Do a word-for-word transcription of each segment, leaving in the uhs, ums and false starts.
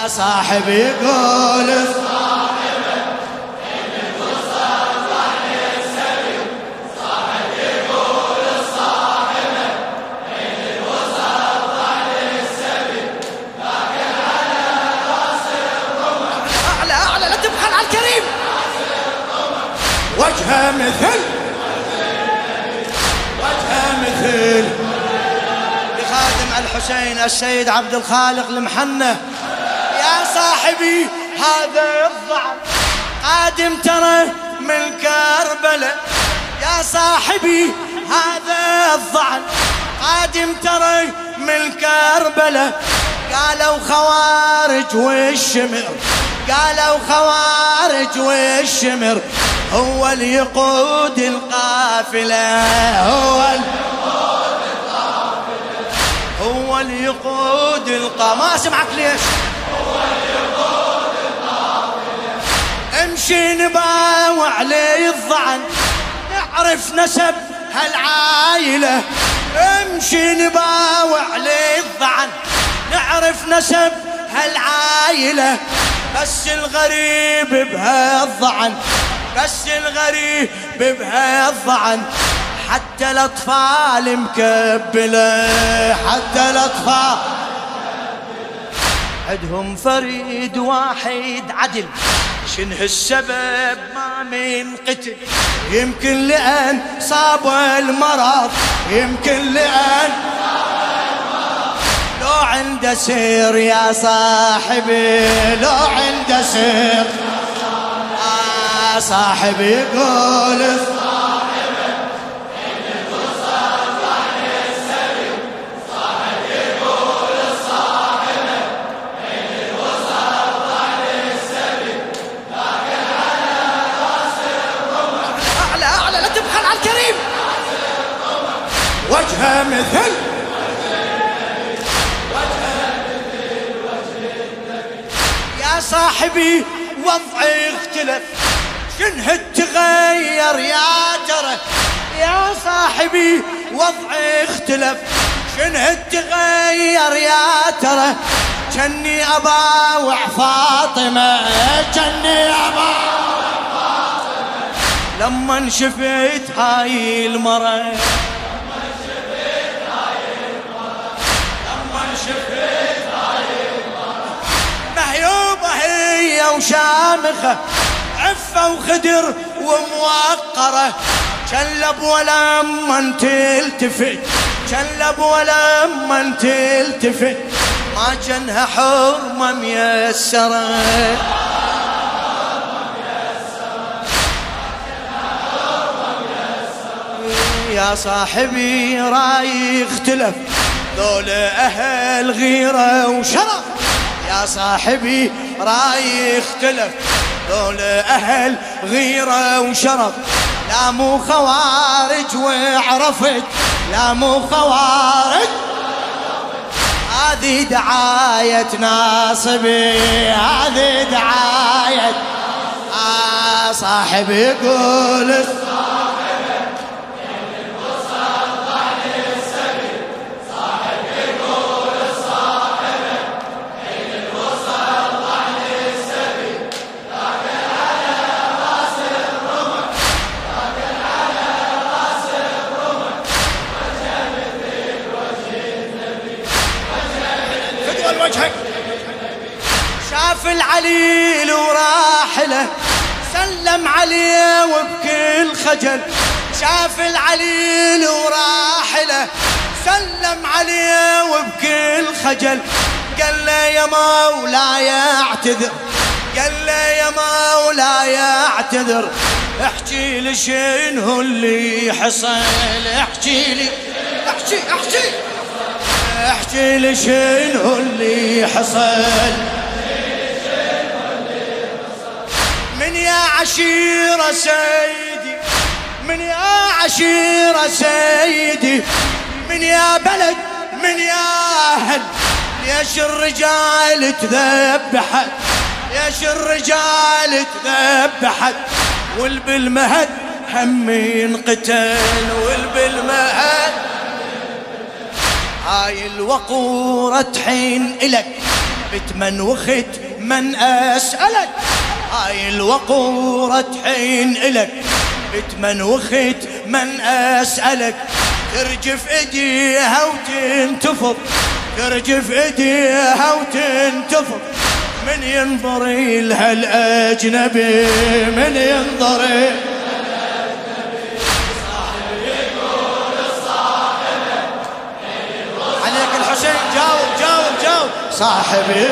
صاحب يقول وجهه مثل وجهه مثل لخادم الحسين السيد عبد الخالق المحنة. يا صاحبي هذا الضعف قادم ترى من كربلاء. يا صاحبي هذا الضعف قادم ترى من كربلاء. قالوا خوارج والشمر قالوا خوارج والشمر هو اللي يقود القافلة هو اللي يقود القافلة هو اللي يقود القافلة. ما سمعك ليش؟ هو اللي يقود القافلة. امشي نباوع عليه الضعن نعرف نسب هالعايلة. امشي نباوع عليه الضعن نعرف نسب هالعايلة. بس الغريب بها الضعن بس الغريب بها الضعن حتى الأطفال مكبلة حتى الأطفال عندهم فريد واحد عدل. شنه السبب ما من قتل؟ يمكن لأن صاب المرض يمكن لأن لو عنده سير يا صاحبي لو عنده سير. آه صاحبي يقول صاحبي إن الوصل عن السبيل. صاحبي يقول صاحبي إن الوصل عن السبيل. لكن على راس الرمح أعلى أعلى لا تبخل على الكريم. وجهه مثل صاحبي وضعي اختلف. شنه تغير يا ترى؟ يا صاحبي وضعي اختلف. شنه تغير يا ترى؟ جني أباوع فاطمة جني أباوع فاطمة لما شفت هاي المرة لما شفت هاي المرة لما شفت هاي المرة مهيوبة هي وشامخة عفة وخدر وموقرة. شلب ولما تلتفت شلب ولما تلتفت ما جنها حرمة ميسرة. يا صاحبي راي اختلف ذول أهل غيرة وشرف. يا صاحبي راي اختلف ذول أهل غيرة وشرف. لا مو خوارج وعرفت لا مو خوارج. هذه دعاية ناصبي هذه دعاية. آه صاحبي يقول وجهك. شاف العليل وراحله سلم عليه وبكل خجل. شاف العليل وراحله سلم عليه وبكل خجل. قال له يا مولاي اعتذر قال له يا مولاي اعتذر. احكي لي شنو اللي حصل احكي لي احكي احكي احكي لي شنو اللي حصل. من يا عشيرة سيدي من يا عشيرة سيدي من يا بلد من يا أهل. ليش الرجال تذبحت ليش الرجال تذبحت والبالمهد هم ينقتل والبالمهد. هاي الوقورة تحين إلك بتمن وخت من أسألك، هاي الوقورة تحين إلك. بتمن وخت من أسألك، ترجف ايديها وتنتفض، ترجف ايديها وتنتفض. من ينظر لها الأجنبي، من ينظر عليك الحسين. جاوب جاوب جاوب. صاحبي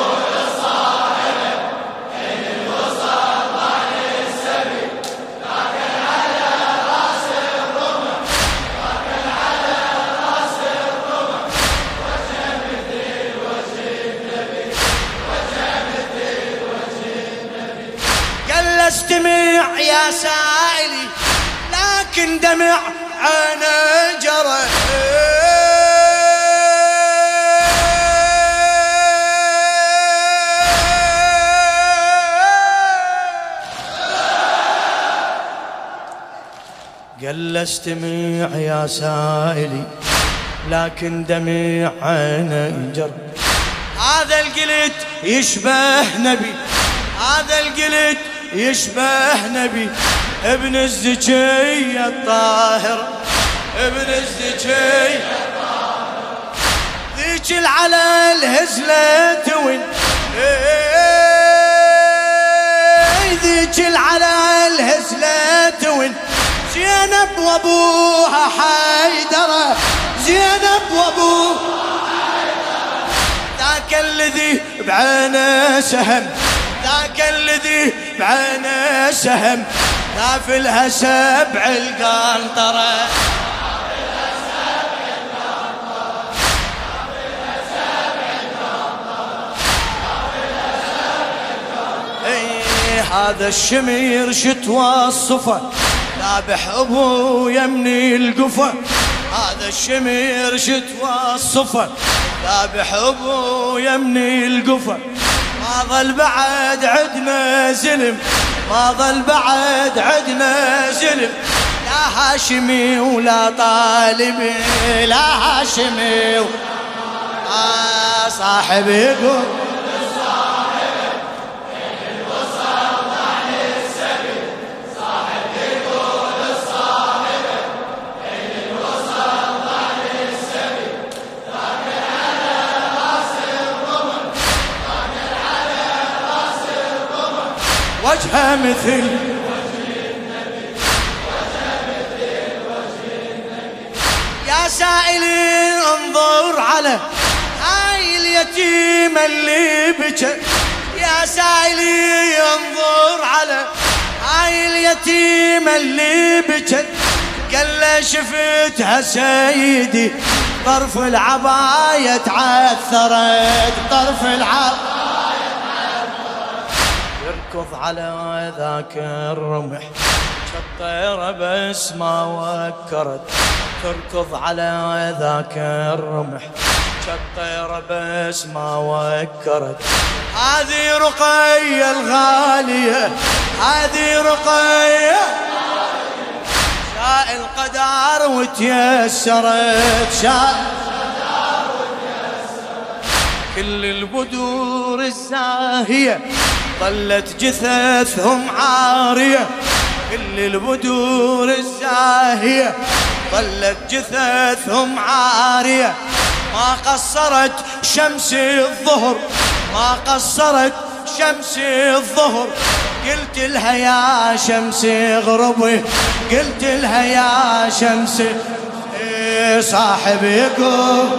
استمع يا سائلي، لكن دمع عيني جرى. قال استمع يا سائلي، لكن دمع عيني جرى. هذا القلد يشبه نبي، هذا القلد يشبه نبي، ابن الزكية الطاهر، ابن الزكية الطاهر. ذيك العلى الهزلة توين، ذيك العلى الهزلة توين. زينب وابوها حيدرة، زينب وابوها حيدرة. ذاك الذي بعينه سهم، ذاك الذي بعينه سهم. نافلها سبع القنطرة، نافلها سبع القنطرة، نافلها سبع القنطرة، نافلها سبع القنطرة. اي هذا الشمير شتوى الصفا، ذابح ابويا من القفا. هذا الشمير شتوى الصفا، ذابح ابويا من القفا. ما ظل بعد عدنا زلم، ما ظل بعد عدنا زلم. لا هاشمي ولا طالبي، لا هاشمي آه صاحبي يقول وجهه مثل وجه النبي، وجهه مثل وجه النبي. يا سائلي انظر على هاي اليتيمة اللي بكت، يا سائلي انظر على هاي اليتيمة اللي بكت. قال له شفتها سيدي، طرف العباية تعثرت، طرف العباية تركض على ذاك الرمح، كالطيرة بس ما وكرت. تركض على ذاك الرمح، كالطيرة بس ما وكرت. هذه رقية الغالية، هذه رقية شاء القدر وتيسرت، شاء القدر وتيسرت. كل البدور الزاهية ظلت جثثهم عارية، كل البدور الزاهية ظلت جثثهم عارية. ما قصرت شمس الظهر، ما قصرت شمس الظهر. قلت لها يا شمس اغربي، قلت لها يا شمس إيه صاحبكم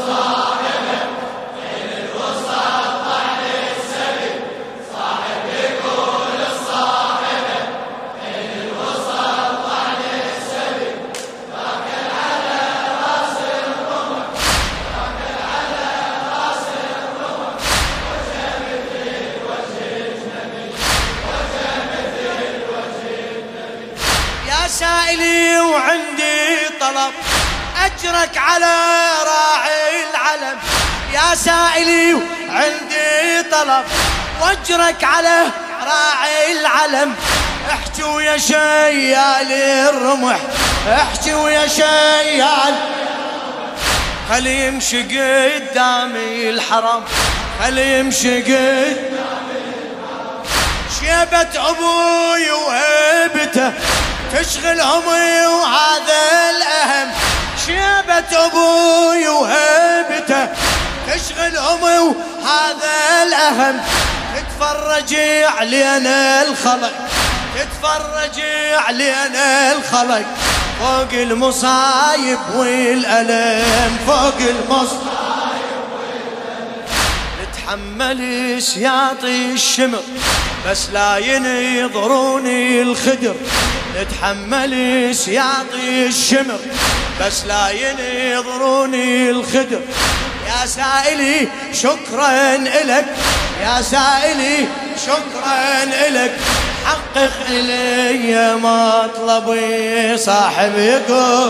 سائلي وعندي طلب، أجرك على راعي العلم. يا سائلي وعندي طلب، واجرك على راعي العلم. احجوا يا شيال الرمح، احجوا يا شيال. خلي يمشي قدامي الحرم، خلي يمشي قد شيبة أبوي وهيبته تشغل همي وهذا الأهم. شيبة أبوي وهيبته تشغل همي وهذا الأهم. تتفرجي علينا الخلق تتفرجي علينا الخلق فوق المصايب والألم فوق المصايب والألم. نتحمل سياطي الشمر بس لا ينظروني الخدر. نتحمل سياطي الشمر بس لا ينظروني الخدر. يا سائلي شكرا إلك يا سائلي شكرا إلك حقق إلي مطلبي. صاحب يقول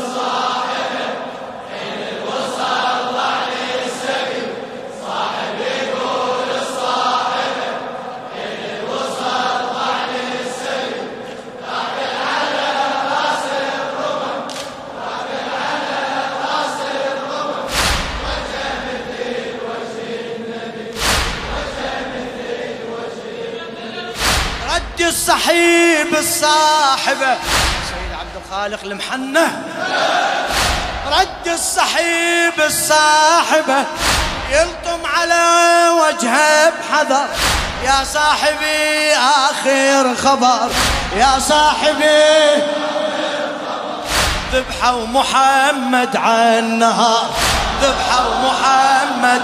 الصحيب الصاحبة سيد عبد الخالق المحنة. رد الصحيب الصاحبة يلطم على وجهه بحذر. يا صاحبي آخر خبر يا صاحبي ذبحوا محمد عن نهار. ذبحوا محمد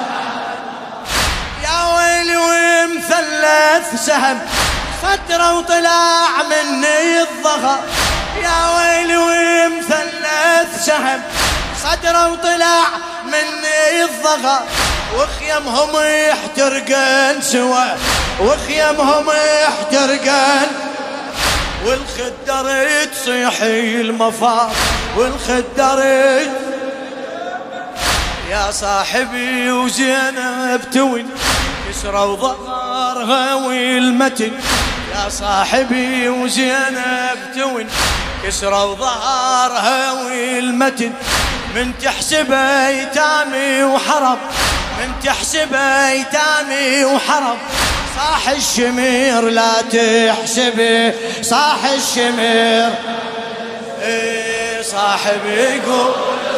يا ويلي ومثلث سهم فترة وطلع مني الظهر. يا ويلي ومثلث سهم صدره وطلع مني الظهر. وخيمهم يحترقن سوا وخيمهم يحترقن والخدر تصيح المفار والخدر. يا صاحبي وزينب توين كسروا ظهرها والمتن. يا صاحبي وزينب توين كسروا ظهرها والمتن. من تحسب ايتامي وحرب من تحسب ايتامي وحرب. صاح الشمير لا تحسبي صاح الشمير. ايه صاحبي يقول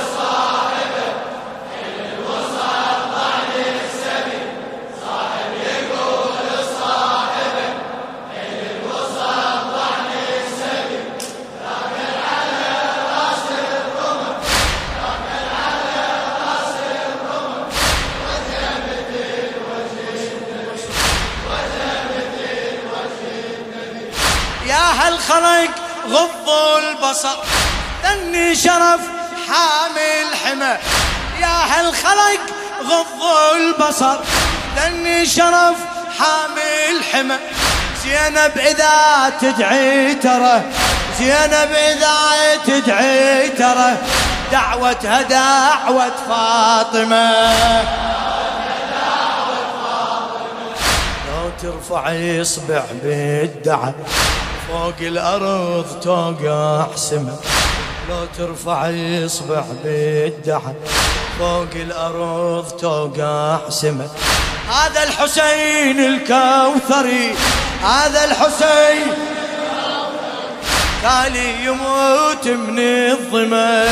يا هالخلق غضوا البصر ذني شرف حامل حمى. يا هالخلق غضوا البصر ذني شرف حامل حمى. زينب إذا تدعي ترى زينب إذا تدعي ترى دعوتها دعوة فاطمة. لو ترفع إصبع بالدعاء فوق الأرض توقع سما. لو ترفع إصبع بالدعاء فوق الأرض توقع سما. هذا الحسين الكوثري هذا الحسين تالي يموت من الظما.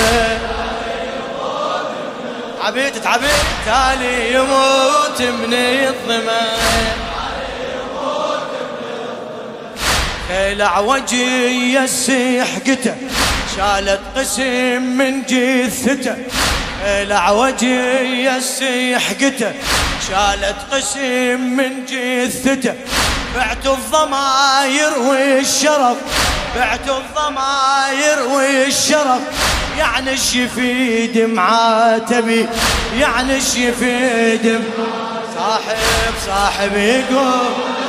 عبيد تعبيد تالي يموت من الظما. خيلع وجهي يسيح قته شالت قسم من جثته. خيلع وجهي يسيح قته شالت قسم من جثته. بعت الضماير والشرف بعت الضماير والشرف. يعني الشفيد معاتبي يعني الشفيد. صاحب صاحب يقول